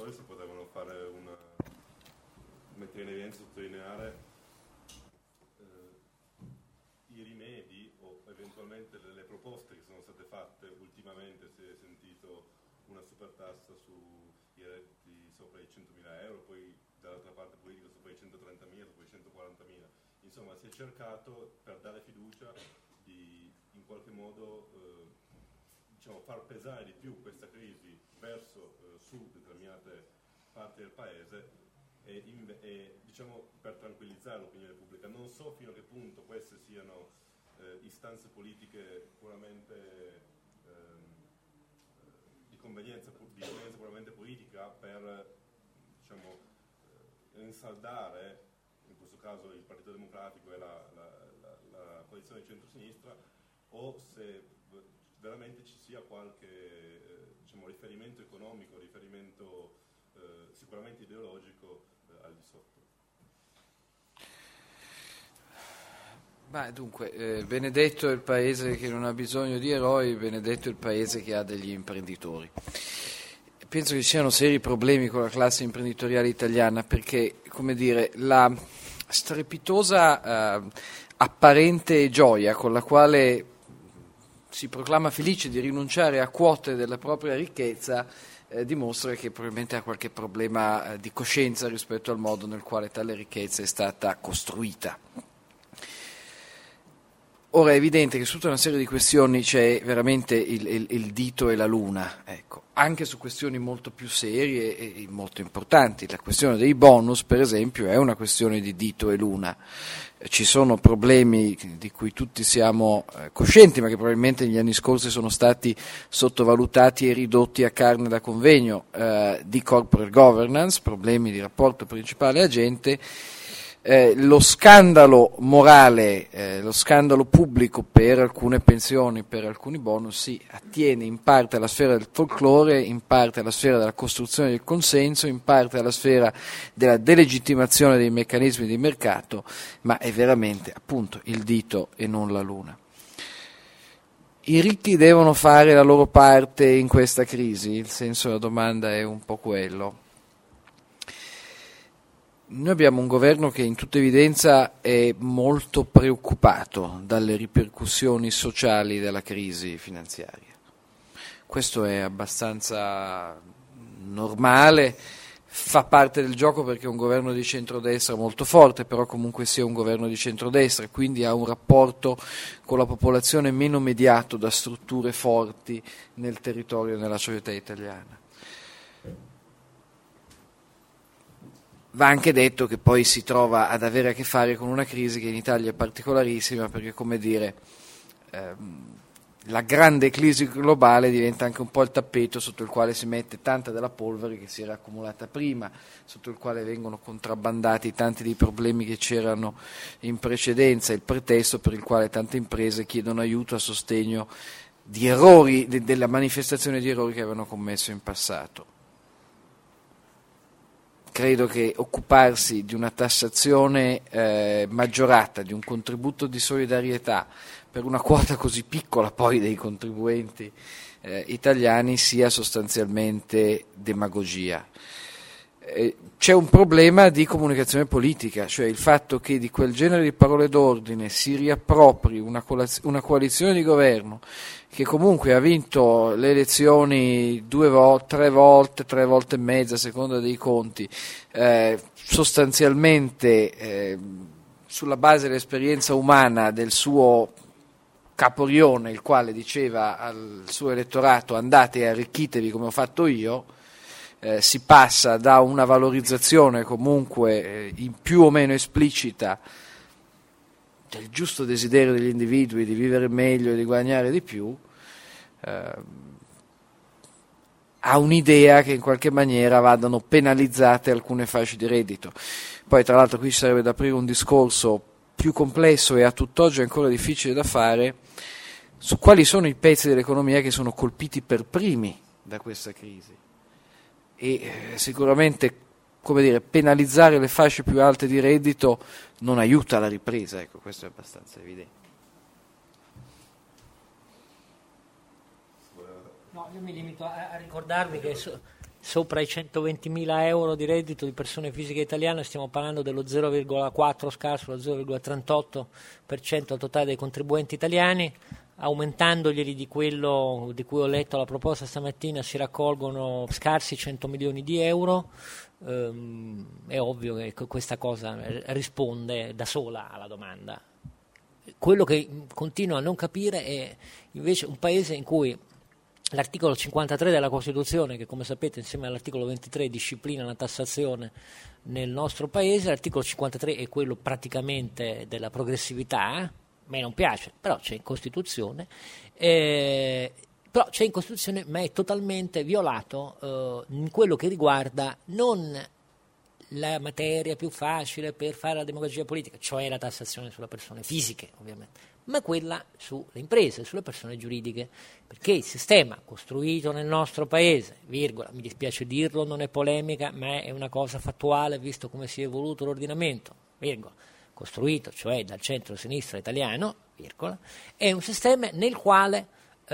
relatori se potevano fare mettere in evidenza, sottolineare i rimedi o eventualmente le proposte che sono state fatte ultimamente. Si è sentito una supertassa sui redditi sopra i 100.000 euro, poi dall'altra parte politica sopra i 130.000, sopra i 140.000. Insomma, si è cercato, per dare fiducia, di in qualche modo far pesare di più questa crisi verso su determinate parti del paese e per tranquillizzare l'opinione pubblica. Non so fino a che punto queste siano istanze politiche puramente di convenienza puramente politica per rinsaldare in questo caso il Partito Democratico e la coalizione di centro-sinistra, o se veramente ci sia qualche riferimento economico, riferimento sicuramente ideologico al di sotto. Dunque, benedetto è il paese che non ha bisogno di eroi, benedetto è il paese che ha degli imprenditori. Penso che ci siano seri problemi con la classe imprenditoriale italiana perché, come dire, la strepitosa apparente gioia con la quale si proclama felice di rinunciare a quote della propria ricchezza dimostra che probabilmente ha qualche problema di coscienza rispetto al modo nel quale tale ricchezza è stata costruita. Ora è evidente che su tutta una serie di questioni c'è veramente il dito e la luna, ecco, anche su questioni molto più serie e molto importanti. La questione dei bonus, per esempio, è una questione di dito e luna. Ci sono problemi di cui tutti siamo coscienti, ma che probabilmente negli anni scorsi sono stati sottovalutati e ridotti a carne da convegno, di corporate governance, problemi di rapporto principale-agente. Lo scandalo morale, lo scandalo pubblico per alcune pensioni, per alcuni bonus, si attiene in parte alla sfera del folklore, in parte alla sfera della costruzione del consenso, in parte alla sfera della delegittimazione dei meccanismi di mercato, ma è veramente appunto il dito e non la luna. I ricchi devono fare la loro parte in questa crisi? Il senso della domanda è un po' quello. Noi abbiamo un governo che in tutta evidenza è molto preoccupato dalle ripercussioni sociali della crisi finanziaria. Questo è abbastanza normale, fa parte del gioco perché è un governo di centrodestra molto forte, però comunque sia un governo di centrodestra, quindi ha un rapporto con la popolazione meno mediato da strutture forti nel territorio e nella società italiana. Va anche detto che poi si trova ad avere a che fare con una crisi che in Italia è particolarissima perché, come dire, la grande crisi globale diventa anche un po' il tappeto sotto il quale si mette tanta della polvere che si era accumulata prima, sotto il quale vengono contrabbandati tanti dei problemi che c'erano in precedenza, il pretesto per il quale tante imprese chiedono aiuto a sostegno di errori, della manifestazione di errori che avevano commesso in passato. Credo che occuparsi di una tassazione maggiorata, di un contributo di solidarietà per una quota così piccola poi dei contribuenti italiani sia sostanzialmente demagogia. C'è un problema di comunicazione politica, cioè il fatto che di quel genere di parole d'ordine si riappropri una coalizione di governo che comunque ha vinto le elezioni tre volte e mezza a seconda dei conti, sostanzialmente sulla base dell'esperienza umana del suo caporione, il quale diceva al suo elettorato andate e arricchitevi come ho fatto io. Si passa da una valorizzazione comunque in più o meno esplicita del giusto desiderio degli individui di vivere meglio e di guadagnare di più a un'idea che in qualche maniera vadano penalizzate alcune fasce di reddito. Poi tra l'altro qui ci sarebbe da aprire un discorso più complesso e a tutt'oggi ancora difficile da fare su quali sono i pezzi dell'economia che sono colpiti per primi da questa crisi. E sicuramente, come dire, penalizzare le fasce più alte di reddito non aiuta la ripresa, ecco, questo è abbastanza evidente. No, io mi limito a ricordarvi che sopra i 120.000 euro di reddito di persone fisiche italiane stiamo parlando dello 0,4 scarso, lo 0,38% al totale dei contribuenti italiani. Aumentandoglieli di quello di cui ho letto la proposta stamattina si raccolgono scarsi 100 milioni di euro. È ovvio che questa cosa risponde da sola alla domanda. Quello che continuo a non capire è invece un paese in cui l'articolo 53 della Costituzione, che come sapete insieme all'articolo 23 disciplina la tassazione nel nostro paese, l'articolo 53 è quello praticamente della progressività, a me non piace, però c'è in Costituzione, ma è totalmente violato in quello che riguarda non la materia più facile per fare la demagogia politica, cioè la tassazione sulle persone fisiche, ovviamente, ma quella sulle imprese, sulle persone giuridiche, perché il sistema costruito nel nostro paese, virgola, mi dispiace dirlo, non è polemica, ma è una cosa fattuale, visto come si è evoluto l'ordinamento, virgola, costruito cioè dal centro-sinistra italiano, virgola, è un sistema nel quale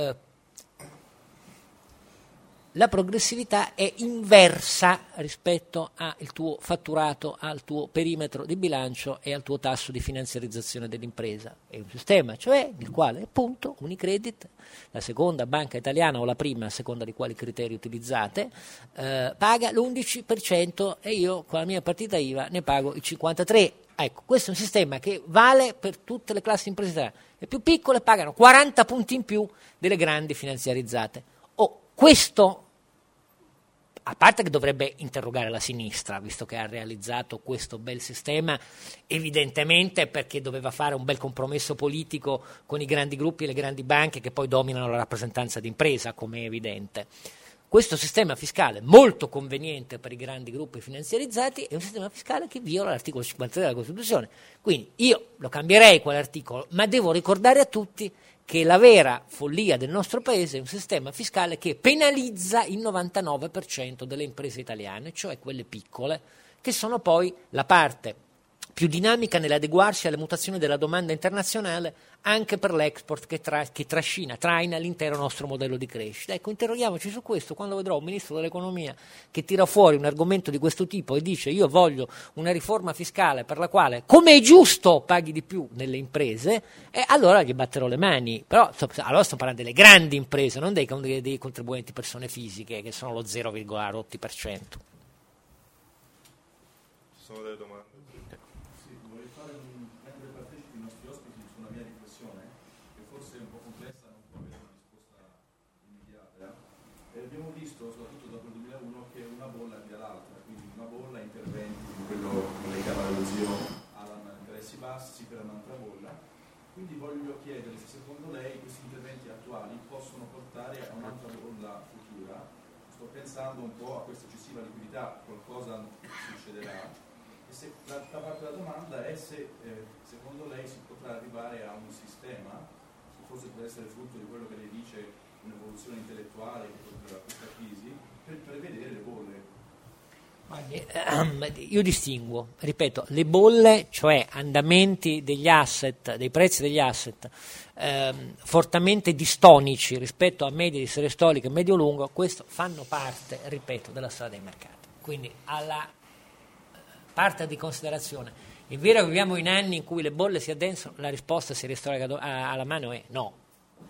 la progressività è inversa rispetto al tuo fatturato, al tuo perimetro di bilancio e al tuo tasso di finanziarizzazione dell'impresa. È un sistema, cioè, nel quale, appunto, Unicredit, la seconda banca italiana o la prima, a seconda di quali criteri utilizzate, paga l'11% e io con la mia partita IVA ne pago il 53%. Ecco, questo è un sistema che vale per tutte le classi imprenditoriali. Le più piccole pagano 40 punti in più delle grandi finanziarizzate. Questo, a parte che dovrebbe interrogare la sinistra, visto che ha realizzato questo bel sistema, evidentemente perché doveva fare un bel compromesso politico con i grandi gruppi e le grandi banche che poi dominano la rappresentanza d'impresa, come è evidente. Questo sistema fiscale molto conveniente per i grandi gruppi finanziarizzati è un sistema fiscale che viola l'articolo 53 della Costituzione. Quindi io lo cambierei quell'articolo, ma devo ricordare a tutti che la vera follia del nostro paese è un sistema fiscale che penalizza il 99% delle imprese italiane, cioè quelle piccole, che sono poi la parte più dinamica nell'adeguarsi alle mutazioni della domanda internazionale anche per l'export che traina l'intero nostro modello di crescita. Ecco, interroghiamoci su questo quando vedrò un ministro dell'economia che tira fuori un argomento di questo tipo e dice io voglio una riforma fiscale per la quale, come è giusto, paghi di più nelle imprese, e allora gli batterò le mani. Però allora sto parlando delle grandi imprese, non dei contribuenti persone fisiche che sono lo 0,8%. Ci sono delle domande? Abbiamo visto, soprattutto dopo il 2001, che una bolla via l'altra, quindi una bolla interventi in quello che lei chiama lo zio Alan, interessi bassi per un'altra bolla. Quindi voglio chiedere se secondo lei questi interventi attuali possono portare a un'altra bolla futura. Sto pensando un po' a questa eccessiva liquidità, qualcosa succederà. E se l'altra parte della domanda è se secondo lei si potrà arrivare a un sistema, che forse può essere frutto di quello che lei dice, un'evoluzione intellettuale che porterà a questa crisi, per prevedere le bolle. Io distinguo, ripeto, le bolle, cioè andamenti degli asset, dei prezzi degli asset fortemente distonici rispetto a medie di serie storiche medio-lungo, questo fanno parte, ripeto, della storia dei mercati. Quindi alla parte di considerazione, è vero che viviamo in anni in cui le bolle si addensano, la risposta serie storica alla mano è no.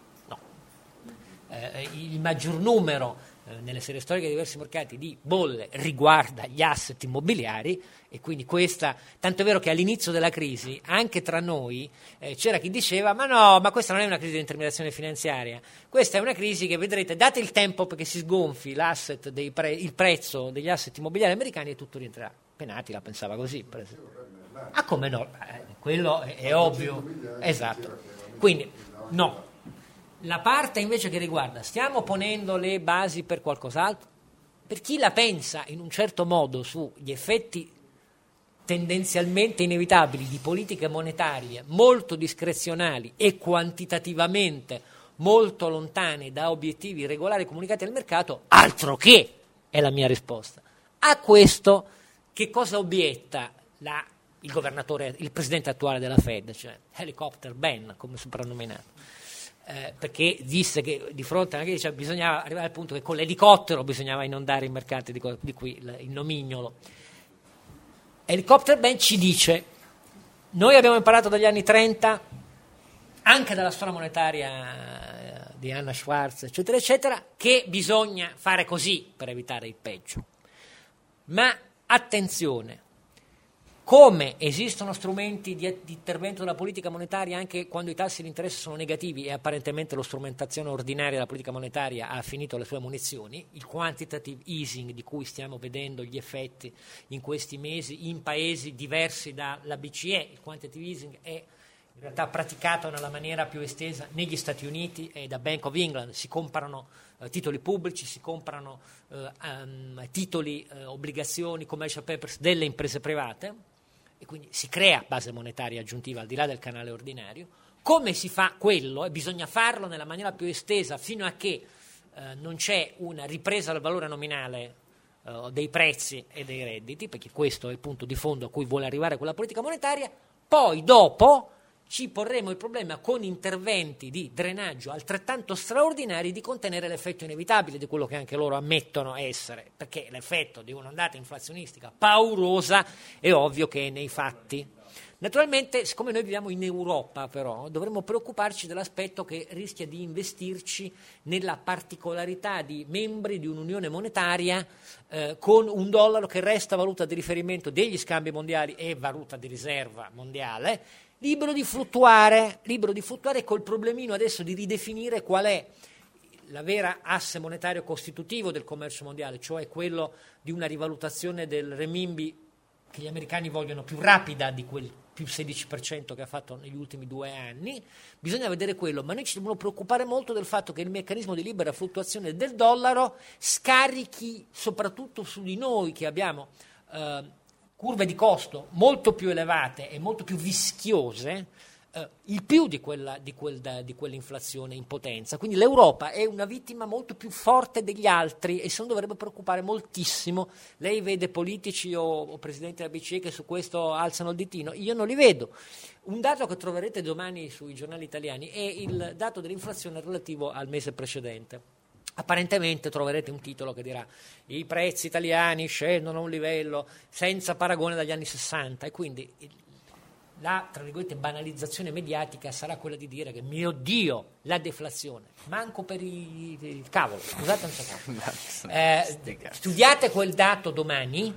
Il maggior numero nelle serie storiche di diversi mercati di bolle riguarda gli asset immobiliari e quindi questa, tanto è vero che all'inizio della crisi anche tra noi c'era chi diceva ma questa non è una crisi di intermediazione finanziaria, questa è una crisi che vedrete, date il tempo perché si sgonfi l'asset il prezzo degli asset immobiliari americani e tutto rientrerà. Penati la pensava così, per esempio. Come no? Quello è ovvio, esatto. Quindi no. La parte invece che riguarda, stiamo ponendo le basi per qualcos'altro? Per chi la pensa in un certo modo sugli effetti tendenzialmente inevitabili di politiche monetarie molto discrezionali e quantitativamente molto lontane da obiettivi regolari comunicati al mercato, altro che, è la mia risposta. A questo che cosa obietta il governatore, il presidente attuale della Fed, cioè Helicopter Ben, come soprannominato? perché disse che di fronte a una crisi bisognava arrivare al punto che con l'elicottero bisognava inondare i mercati, di cui il nomignolo. Helicopter Bank ci dice: noi abbiamo imparato dagli anni 30, anche dalla storia monetaria di Anna Schwarz, eccetera, eccetera, che bisogna fare così per evitare il peggio. Ma attenzione, come esistono strumenti di intervento della politica monetaria anche quando i tassi di interesse sono negativi e apparentemente lo strumentazione ordinaria della politica monetaria ha finito le sue munizioni, il quantitative easing di cui stiamo vedendo gli effetti in questi mesi in paesi diversi dalla BCE, il quantitative easing è in realtà praticato nella maniera più estesa negli Stati Uniti e da Bank of England, si comprano titoli pubblici, si comprano titoli, obbligazioni, commercial papers delle imprese private, e quindi si crea base monetaria aggiuntiva al di là del canale ordinario. Come si fa quello? E bisogna farlo nella maniera più estesa fino a che non c'è una ripresa del valore nominale dei prezzi e dei redditi, perché questo è il punto di fondo a cui vuole arrivare quella politica monetaria. Poi dopo ci porremo il problema con interventi di drenaggio altrettanto straordinari di contenere l'effetto inevitabile di quello che anche loro ammettono essere, perché l'effetto di un'ondata inflazionistica paurosa è ovvio che è nei fatti. Naturalmente, siccome noi viviamo in Europa, però, dovremmo preoccuparci dell'aspetto che rischia di investirci nella particolarità di membri di un'unione monetaria con un dollaro che resta valuta di riferimento degli scambi mondiali e valuta di riserva mondiale, libero di fluttuare col problemino adesso di ridefinire qual è la vera asse monetario costitutivo del commercio mondiale, cioè quello di una rivalutazione del renminbi che gli americani vogliono più rapida di quel più 16% che ha fatto negli ultimi 2 anni. Bisogna vedere quello, ma noi ci dobbiamo preoccupare molto del fatto che il meccanismo di libera fluttuazione del dollaro scarichi soprattutto su di noi che abbiamo curve di costo molto più elevate e molto più vischiose, il più di quell'inflazione in potenza. Quindi l'Europa è una vittima molto più forte degli altri e se non dovrebbe preoccupare moltissimo. Lei vede politici o presidenti della BCE che su questo alzano il ditino? Io non li vedo. Un dato che troverete domani sui giornali italiani è il dato dell'inflazione relativo al mese precedente. Apparentemente troverete un titolo che dirà i prezzi italiani scendono a un livello senza paragone dagli anni 60 e quindi la, tra virgolette, banalizzazione mediatica sarà quella di dire che mio Dio, la deflazione, manco per il cavolo, scusate un secondo. Studiate quel dato domani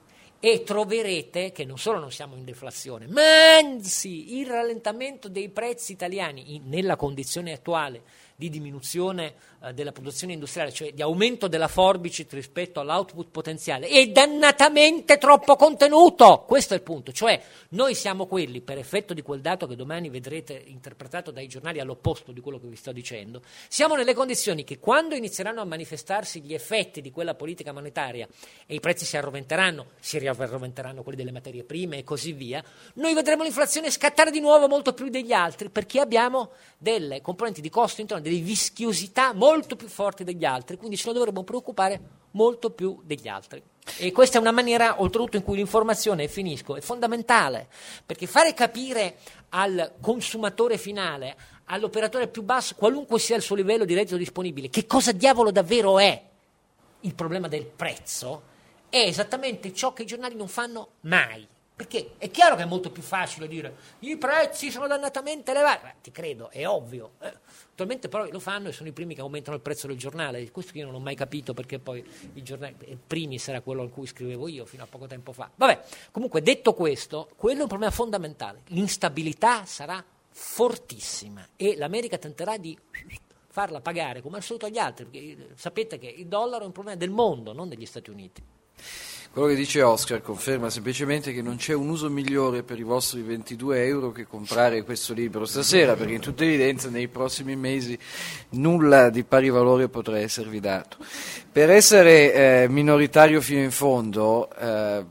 e troverete che non solo non siamo in deflazione, ma anzi il rallentamento dei prezzi italiani nella condizione attuale di diminuzione della produzione industriale, cioè di aumento della Forbicit rispetto all'output potenziale, è dannatamente troppo contenuto. Questo è il punto, cioè noi siamo quelli, per effetto di quel dato che domani vedrete interpretato dai giornali all'opposto di quello che vi sto dicendo, siamo nelle condizioni che quando inizieranno a manifestarsi gli effetti di quella politica monetaria e i prezzi si riarroventeranno quelli delle materie prime e così via, noi vedremo l'inflazione scattare di nuovo molto più degli altri, perché abbiamo delle componenti di costo interno, delle vischiosità molto più forti degli altri, quindi ce ne dovremmo preoccupare molto più degli altri. E questa è una maniera, oltretutto, in cui l'informazione, è fondamentale, perché fare capire al consumatore finale, all'operatore più basso, qualunque sia il suo livello di reddito disponibile, che cosa diavolo davvero è il problema del prezzo, è esattamente ciò che i giornali non fanno mai. Perché è chiaro che è molto più facile dire i prezzi sono dannatamente elevati, ti credo, è ovvio. Attualmente però lo fanno e sono i primi che aumentano il prezzo del giornale. Questo io non ho mai capito, perché poi il giornale primis era quello in cui scrivevo io fino a poco tempo fa. Vabbè, comunque detto questo, quello è un problema fondamentale. L'instabilità sarà fortissima e l'America tenterà di farla pagare come al solito agli altri, perché sapete che il dollaro è un problema del mondo, non degli Stati Uniti. Quello che dice Oscar conferma semplicemente che non c'è un uso migliore per i vostri 22 euro che comprare questo libro stasera, perché in tutta evidenza nei prossimi mesi nulla di pari valore potrà esservi dato. Per essere minoritario fino in fondo, è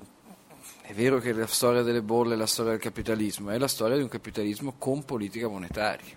vero che la storia delle bolle è la storia del capitalismo, è la storia di un capitalismo con politica monetaria,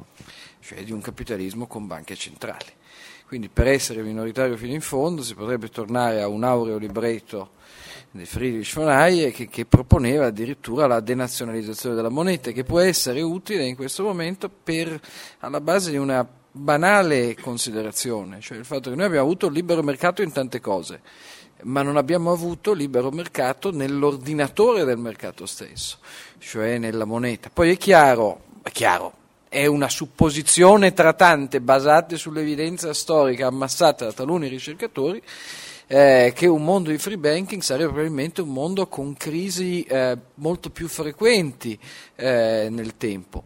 cioè di un capitalismo con banche centrali. Quindi per essere minoritario fino in fondo si potrebbe tornare a un aureo libretto di Friedrich von Hayek, che proponeva addirittura la denazionalizzazione della moneta, che può essere utile in questo momento alla base di una banale considerazione, cioè il fatto che noi abbiamo avuto il libero mercato in tante cose, ma non abbiamo avuto libero mercato nell'ordinatore del mercato stesso, cioè nella moneta. Poi è chiaro, è una supposizione tra tante basate sull'evidenza storica ammassata da taluni ricercatori, che un mondo di free banking sarebbe probabilmente un mondo con crisi molto più frequenti nel tempo,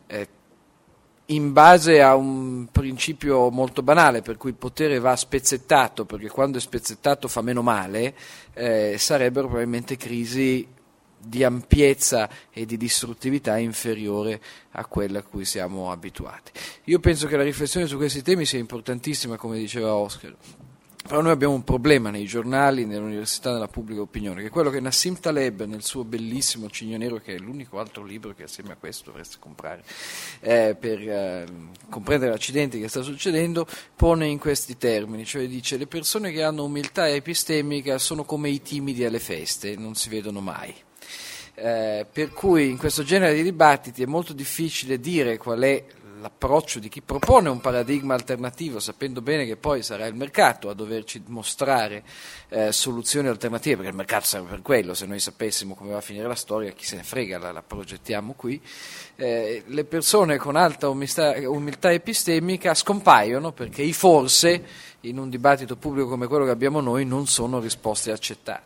in base a un principio molto banale, per cui il potere va spezzettato, perché quando è spezzettato fa meno male, sarebbero probabilmente crisi di ampiezza e di distruttività inferiore a quella a cui siamo abituati. Io penso che la riflessione su questi temi sia importantissima, come diceva Oscar. Però noi abbiamo un problema nei giornali, nell'università, nella pubblica opinione, che è quello che Nassim Taleb, nel suo bellissimo Cigno Nero, che è l'unico altro libro che assieme a questo dovreste comprare per comprendere l'accidente che sta succedendo, pone in questi termini, cioè dice: le persone che hanno umiltà epistemica sono come i timidi alle feste, non si vedono mai. Per cui in questo genere di dibattiti è molto difficile dire qual è l'approccio di chi propone un paradigma alternativo, sapendo bene che poi sarà il mercato a doverci mostrare soluzioni alternative, perché il mercato serve per quello. Se noi sapessimo come va a finire la storia, chi se ne frega, la progettiamo qui. Le persone con alta umiltà epistemica scompaiono, perché i forse in un dibattito pubblico come quello che abbiamo noi non sono risposte accettate.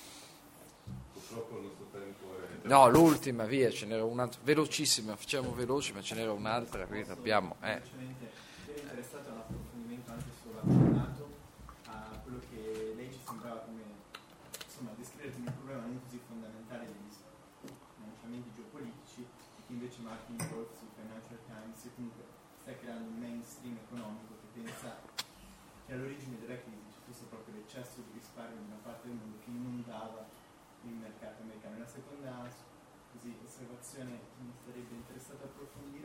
No, l'ultima, via, ce n'era un'altra, velocissima, facciamo veloci, ma ce n'era un'altra, quindi abbiamo... Ero interessato a un approfondimento anche sull'appuntato, a quello che lei ci sembrava come, insomma, descrivere come un problema non così fondamentale degli smanacciamenti geopolitici, e che invece Martin Wolf su Financial Times comunque sta creando un mainstream economico che pensa che all'origine della crisi ci fosse proprio l'eccesso di risparmio di una parte del mondo che inondava il mercato americano. La seconda osservazione che mi sarebbe interessato approfondire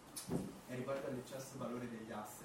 è riguardo all'eccesso valore degli asset,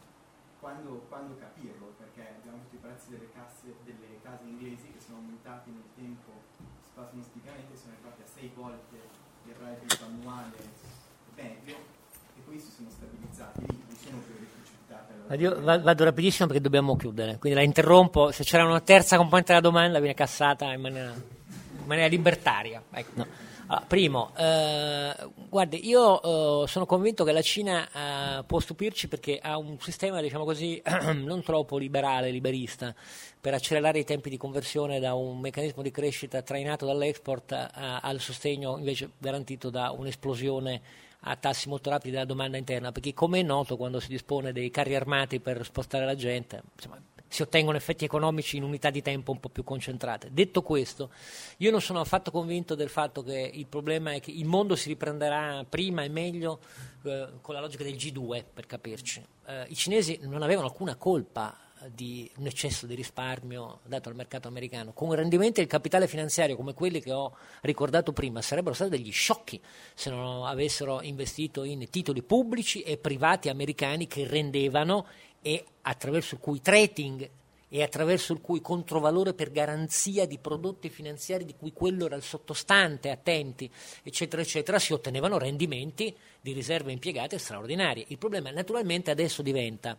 quando capirlo, perché abbiamo visto i prezzi delle case inglesi che sono aumentati nel tempo spasmodicamente, sono arrivati a 6 volte il reddito annuale medio e poi si sono stabilizzati lì, non sono più precipitati. Vado rapidissimo perché dobbiamo chiudere, quindi la interrompo. Se c'era una terza componente della domanda viene cassata in maniera libertaria. Ecco, no. Allora, primo, guardi, io sono convinto che la Cina può stupirci perché ha un sistema, diciamo così, non troppo liberista, per accelerare i tempi di conversione da un meccanismo di crescita trainato dall'export al sostegno invece garantito da un'esplosione a tassi molto rapidi della domanda interna, perché come è noto, quando si dispone dei carri armati per spostare la gente, insomma, si ottengono effetti economici in unità di tempo un po' più concentrate. Detto questo, io non sono affatto convinto del fatto che il problema è che il mondo si riprenderà prima e meglio con la logica del G2, per capirci. I cinesi non avevano alcuna colpa di un eccesso di risparmio dato al mercato americano. Con rendimenti del capitale finanziario come quelli che ho ricordato prima sarebbero stati degli sciocchi se non avessero investito in titoli pubblici e privati americani che rendevano, e attraverso il cui trading e attraverso il cui controvalore per garanzia di prodotti finanziari di cui quello era il sottostante, attenti, eccetera, eccetera, si ottenevano rendimenti di riserve impiegate straordinarie. Il problema naturalmente adesso diventa: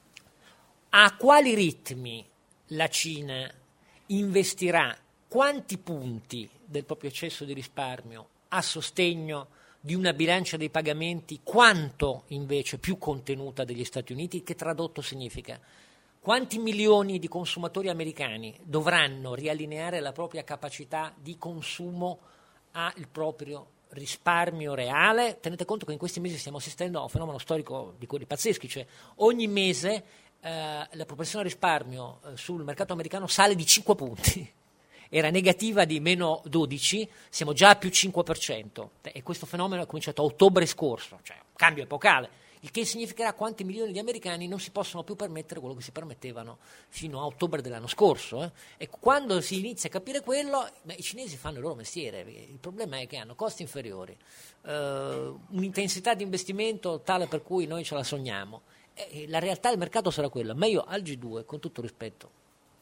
a quali ritmi la Cina investirà quanti punti del proprio eccesso di risparmio a sostegno di una bilancia dei pagamenti quanto invece più contenuta degli Stati Uniti, che tradotto significa quanti milioni di consumatori americani dovranno riallineare la propria capacità di consumo al proprio risparmio reale. Tenete conto che in questi mesi stiamo assistendo a un fenomeno storico di quelli pazzeschi, cioè ogni mese la propensione al risparmio sul mercato americano sale di 5 punti. Era negativa di meno 12, siamo già a più 5%, e questo fenomeno è cominciato a ottobre scorso, cioè un cambio epocale, il che significherà quanti milioni di americani non si possono più permettere quello che si permettevano fino a ottobre dell'anno scorso. E quando si inizia a capire quello, i cinesi fanno il loro mestiere. Il problema è che hanno costi inferiori, un'intensità di investimento tale per cui noi ce la sogniamo. La realtà del mercato sarà quella, ma io al G2, con tutto rispetto,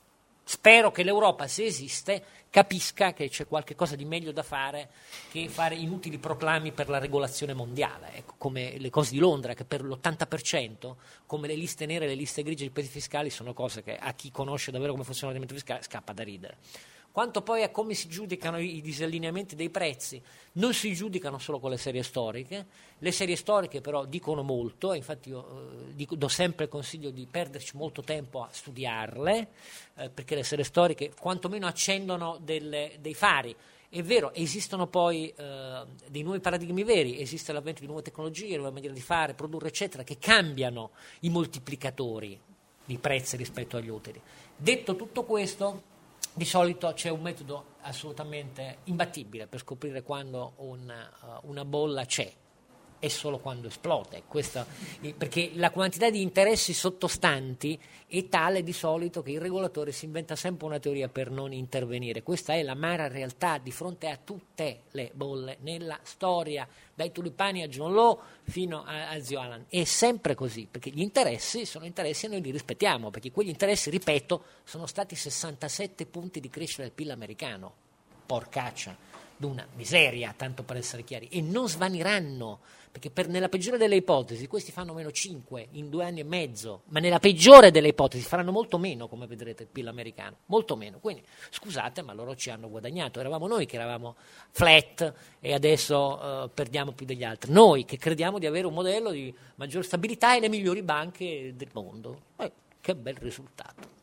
Spero che l'Europa, se esiste, capisca che c'è qualche cosa di meglio da fare che fare inutili proclami per la regolazione mondiale, ecco, come le cose di Londra, che per l'80%, come le liste nere e le liste grigie di paesi fiscali, sono cose che a chi conosce davvero come funziona l'ordinamento fiscale scappa da ridere. Quanto poi a come si giudicano i disallineamenti dei prezzi, non si giudicano solo con le serie storiche, le serie storiche però dicono molto, infatti io do sempre il consiglio di perderci molto tempo a studiarle, perché le serie storiche quantomeno accendono dei fari. È vero, esistono poi dei nuovi paradigmi veri, esiste l'avvento di nuove tecnologie, nuove maniere di fare, produrre, eccetera, che cambiano i moltiplicatori di prezzi rispetto agli utili. Detto tutto questo, di solito c'è un metodo assolutamente imbattibile per scoprire quando una bolla c'è, è solo quando esplode. Perché la quantità di interessi sottostanti è tale di solito che il regolatore si inventa sempre una teoria per non intervenire. Questa è l'amara realtà di fronte a tutte le bolle nella storia, dai tulipani a John Law fino a Zio Alan. È sempre così, perché gli interessi sono interessi e noi li rispettiamo, perché quegli interessi, ripeto, sono stati 67 punti di crescita del PIL americano. Porcaccia, d'una miseria, tanto per essere chiari, e non svaniranno, perché nella peggiore delle ipotesi questi fanno meno 5 in 2 anni e mezzo, ma nella peggiore delle ipotesi faranno molto meno, come vedrete, il PIL americano, molto meno. Quindi scusate, ma loro ci hanno guadagnato, eravamo noi che eravamo flat e adesso perdiamo più degli altri, noi che crediamo di avere un modello di maggior stabilità e le migliori banche del mondo. Che bel risultato.